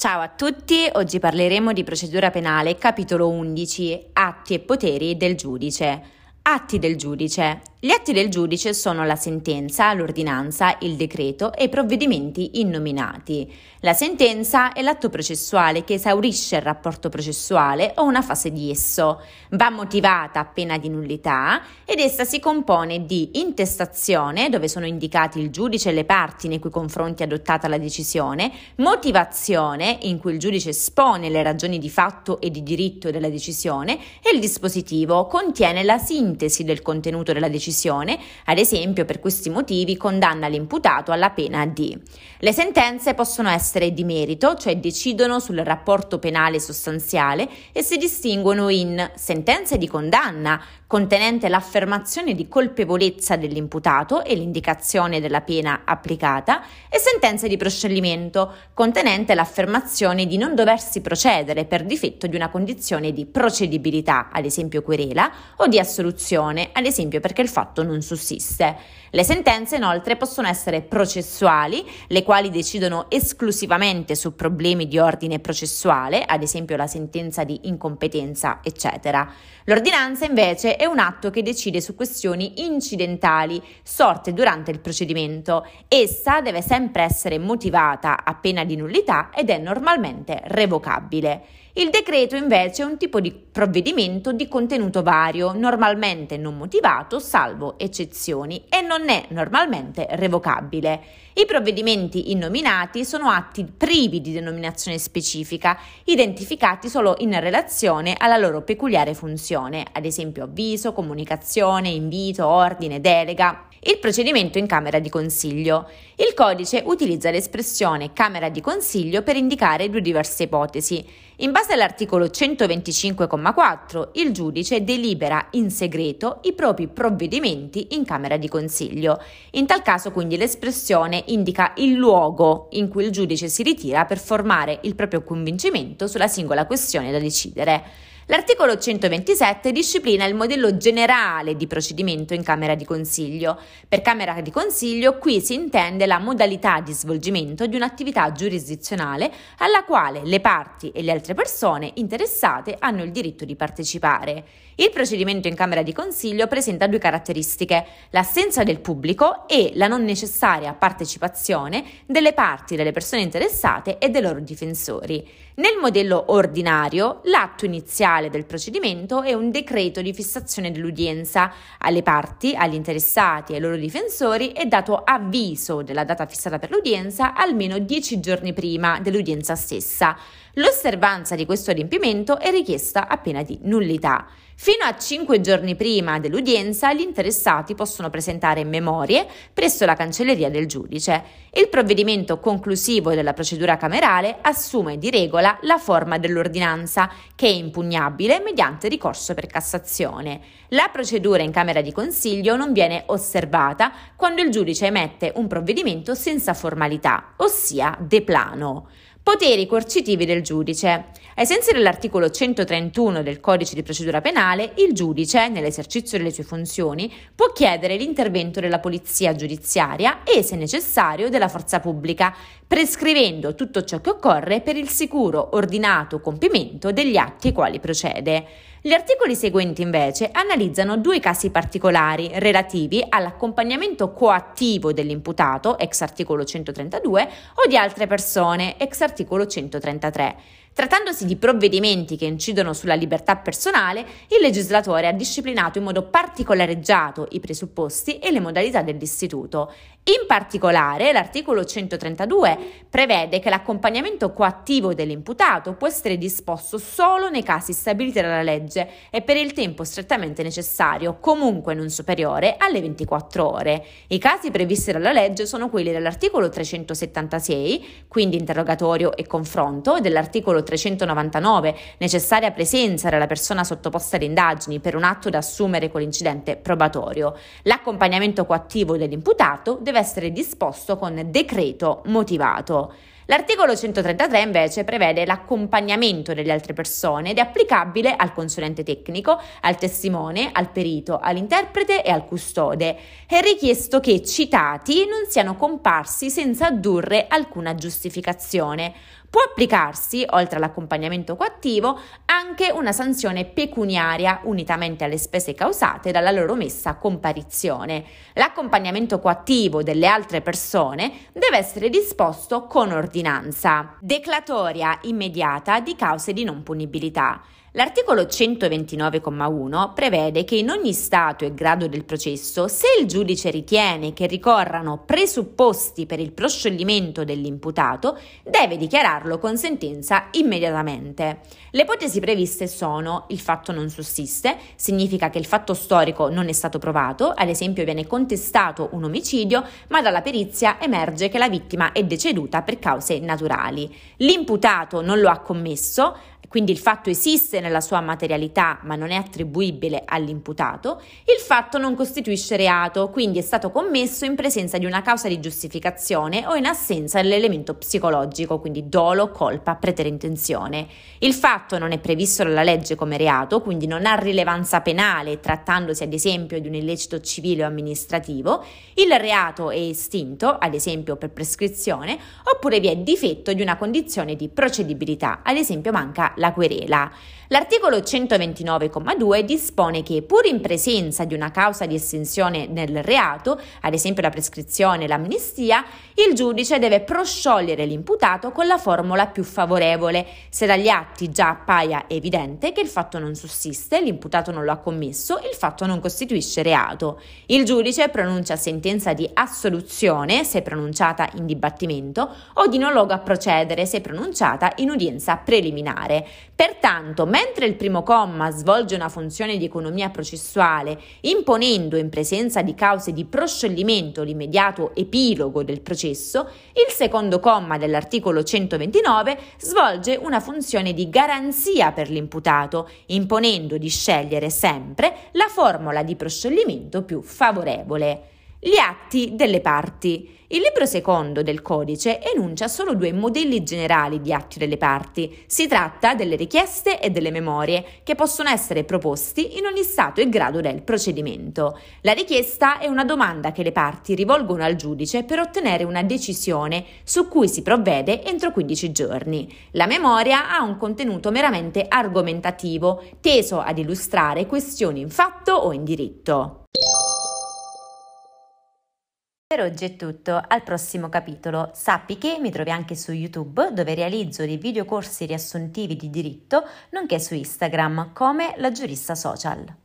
Ciao a tutti, oggi parleremo di procedura penale, capitolo 11, atti e poteri del giudice. Atti del giudice. Gli atti del giudice sono la sentenza, l'ordinanza, il decreto e i provvedimenti innominati. La sentenza è l'atto processuale che esaurisce il rapporto processuale o una fase di esso. Va motivata a pena di nullità ed essa si compone di intestazione, dove sono indicati il giudice e le parti nei cui confronti è adottata la decisione, motivazione, in cui il giudice espone le ragioni di fatto e di diritto della decisione, e il dispositivo contiene la sintesi del contenuto della decisione. Ad esempio, per questi motivi condanna l'imputato alla pena di. Le sentenze possono essere di merito, cioè decidono sul rapporto penale sostanziale, e si distinguono in sentenze di condanna, contenente l'affermazione di colpevolezza dell'imputato e l'indicazione della pena applicata, e sentenze di proscioglimento, contenente l'affermazione di non doversi procedere per difetto di una condizione di procedibilità, ad esempio querela, o di assoluzione, ad esempio perché il fatto non sussiste. Le sentenze inoltre possono essere processuali, le quali decidono esclusivamente su problemi di ordine processuale, ad esempio la sentenza di incompetenza, eccetera. L'ordinanza invece è un atto che decide su questioni incidentali sorte durante il procedimento. Essa deve sempre essere motivata a pena di nullità ed è normalmente revocabile. Il decreto invece è un tipo di provvedimento di contenuto vario, normalmente non motivato, salvo eccezioni, e non è normalmente revocabile. I provvedimenti innominati sono atti privi di denominazione specifica, identificati solo in relazione alla loro peculiare funzione, ad esempio avviso, comunicazione, invito, ordine, delega. Il procedimento in Camera di Consiglio. Il codice utilizza l'espressione Camera di Consiglio per indicare due diverse ipotesi. In base all'articolo 125,4, il giudice delibera in segreto i propri provvedimenti in Camera di Consiglio. In tal caso, quindi, l'espressione indica il luogo in cui il giudice si ritira per formare il proprio convincimento sulla singola questione da decidere. L'articolo 127 disciplina il modello generale di procedimento in Camera di Consiglio. Per Camera di Consiglio qui si intende la modalità di svolgimento di un'attività giurisdizionale alla quale le parti e le altre persone interessate hanno il diritto di partecipare. Il procedimento in Camera di Consiglio presenta due caratteristiche: l'assenza del pubblico e la non necessaria partecipazione delle parti, delle persone interessate e dei loro difensori. Nel modello ordinario, l'atto iniziale del procedimento è un decreto di fissazione dell'udienza. Alle parti, agli interessati e ai loro difensori è dato avviso della data fissata per l'udienza almeno 10 giorni prima dell'udienza stessa. L'osservanza di questo adempimento è richiesta a pena di nullità. Fino a 5 giorni prima dell'udienza gli interessati possono presentare memorie presso la cancelleria del giudice. Il provvedimento conclusivo della procedura camerale assume di regola la forma dell'ordinanza, che è impugnabile mediante ricorso per Cassazione. La procedura in Camera di Consiglio non viene osservata quando il giudice emette un provvedimento senza formalità, ossia de plano. Poteri coercitivi del giudice. Ai sensi dell'articolo 131 del Codice di procedura penale, il giudice, nell'esercizio delle sue funzioni, può chiedere l'intervento della polizia giudiziaria e, se necessario, della forza pubblica, prescrivendo tutto ciò che occorre per il sicuro, ordinato compimento degli atti ai quali procede. Gli articoli seguenti invece analizzano due casi particolari relativi all'accompagnamento coattivo dell'imputato, ex articolo 132, o di altre persone, ex articolo 133. Trattandosi di provvedimenti che incidono sulla libertà personale, il legislatore ha disciplinato in modo particolareggiato i presupposti e le modalità dell'istituto. In particolare, l'articolo 132 prevede che l'accompagnamento coattivo dell'imputato può essere disposto solo nei casi stabiliti dalla legge e per il tempo strettamente necessario, comunque non superiore alle 24 ore. I casi previsti dalla legge sono quelli dell'articolo 376, quindi interrogatorio e confronto, e dell'articolo 399, necessaria presenza della persona sottoposta alle indagini per un atto da assumere con l'incidente probatorio. L'accompagnamento coattivo dell'imputato deve essere disposto con decreto motivato. L'articolo 133 invece prevede l'accompagnamento delle altre persone ed è applicabile al consulente tecnico, al testimone, al perito, all'interprete e al custode. È richiesto che citati non siano comparsi senza addurre alcuna giustificazione. Può applicarsi, oltre all'accompagnamento coattivo, anche una sanzione pecuniaria unitamente alle spese causate dalla loro messa a comparizione. L'accompagnamento coattivo delle altre persone deve essere disposto con ordinanza. Declaratoria immediata di cause di non punibilità. L'articolo 129,1 prevede che in ogni stato e grado del processo, se il giudice ritiene che ricorrano presupposti per il proscioglimento dell'imputato, deve dichiararlo con sentenza immediatamente. Le ipotesi previste sono: il fatto non sussiste, significa che il fatto storico non è stato provato, ad esempio viene contestato un omicidio, ma dalla perizia emerge che la vittima è deceduta per cause naturali. L'imputato non lo ha commesso, quindi il fatto esiste nella sua materialità ma non è attribuibile all'imputato. Il fatto non costituisce reato, quindi è stato commesso in presenza di una causa di giustificazione o in assenza dell'elemento psicologico, quindi dolo, colpa, preterintenzione. Il fatto non è previsto dalla legge come reato, quindi non ha rilevanza penale, trattandosi ad esempio di un illecito civile o amministrativo. Il reato è estinto, ad esempio per prescrizione, oppure vi è difetto di una condizione di procedibilità, ad esempio manca la querela. L'articolo 129,2 dispone che, pur in presenza di una causa di estinzione nel reato, ad esempio la prescrizione e l'amnistia, il giudice deve prosciogliere l'imputato con la formula più favorevole. Se dagli atti già appaia evidente che il fatto non sussiste, l'imputato non lo ha commesso, il fatto non costituisce reato. Il giudice pronuncia sentenza di assoluzione, se pronunciata in dibattimento, o di non luogo a procedere, se pronunciata in udienza preliminare. Pertanto, mentre il primo comma svolge una funzione di economia processuale, imponendo in presenza di cause di proscioglimento l'immediato epilogo del processo, il secondo comma dell'articolo 129 svolge una funzione di garanzia per l'imputato, imponendo di scegliere sempre la formula di proscioglimento più favorevole. Gli atti delle parti. Il libro secondo del codice enuncia solo 2 modelli generali di atti delle parti. Si tratta delle richieste e delle memorie, che possono essere proposti in ogni stato e grado del procedimento. La richiesta è una domanda che le parti rivolgono al giudice per ottenere una decisione su cui si provvede entro 15 giorni. La memoria ha un contenuto meramente argomentativo, teso ad illustrare questioni in fatto o in diritto. Per oggi è tutto, al prossimo capitolo. Sappi che mi trovi anche su YouTube, dove realizzo dei videocorsi riassuntivi di diritto, nonché su Instagram come La Giurista Social.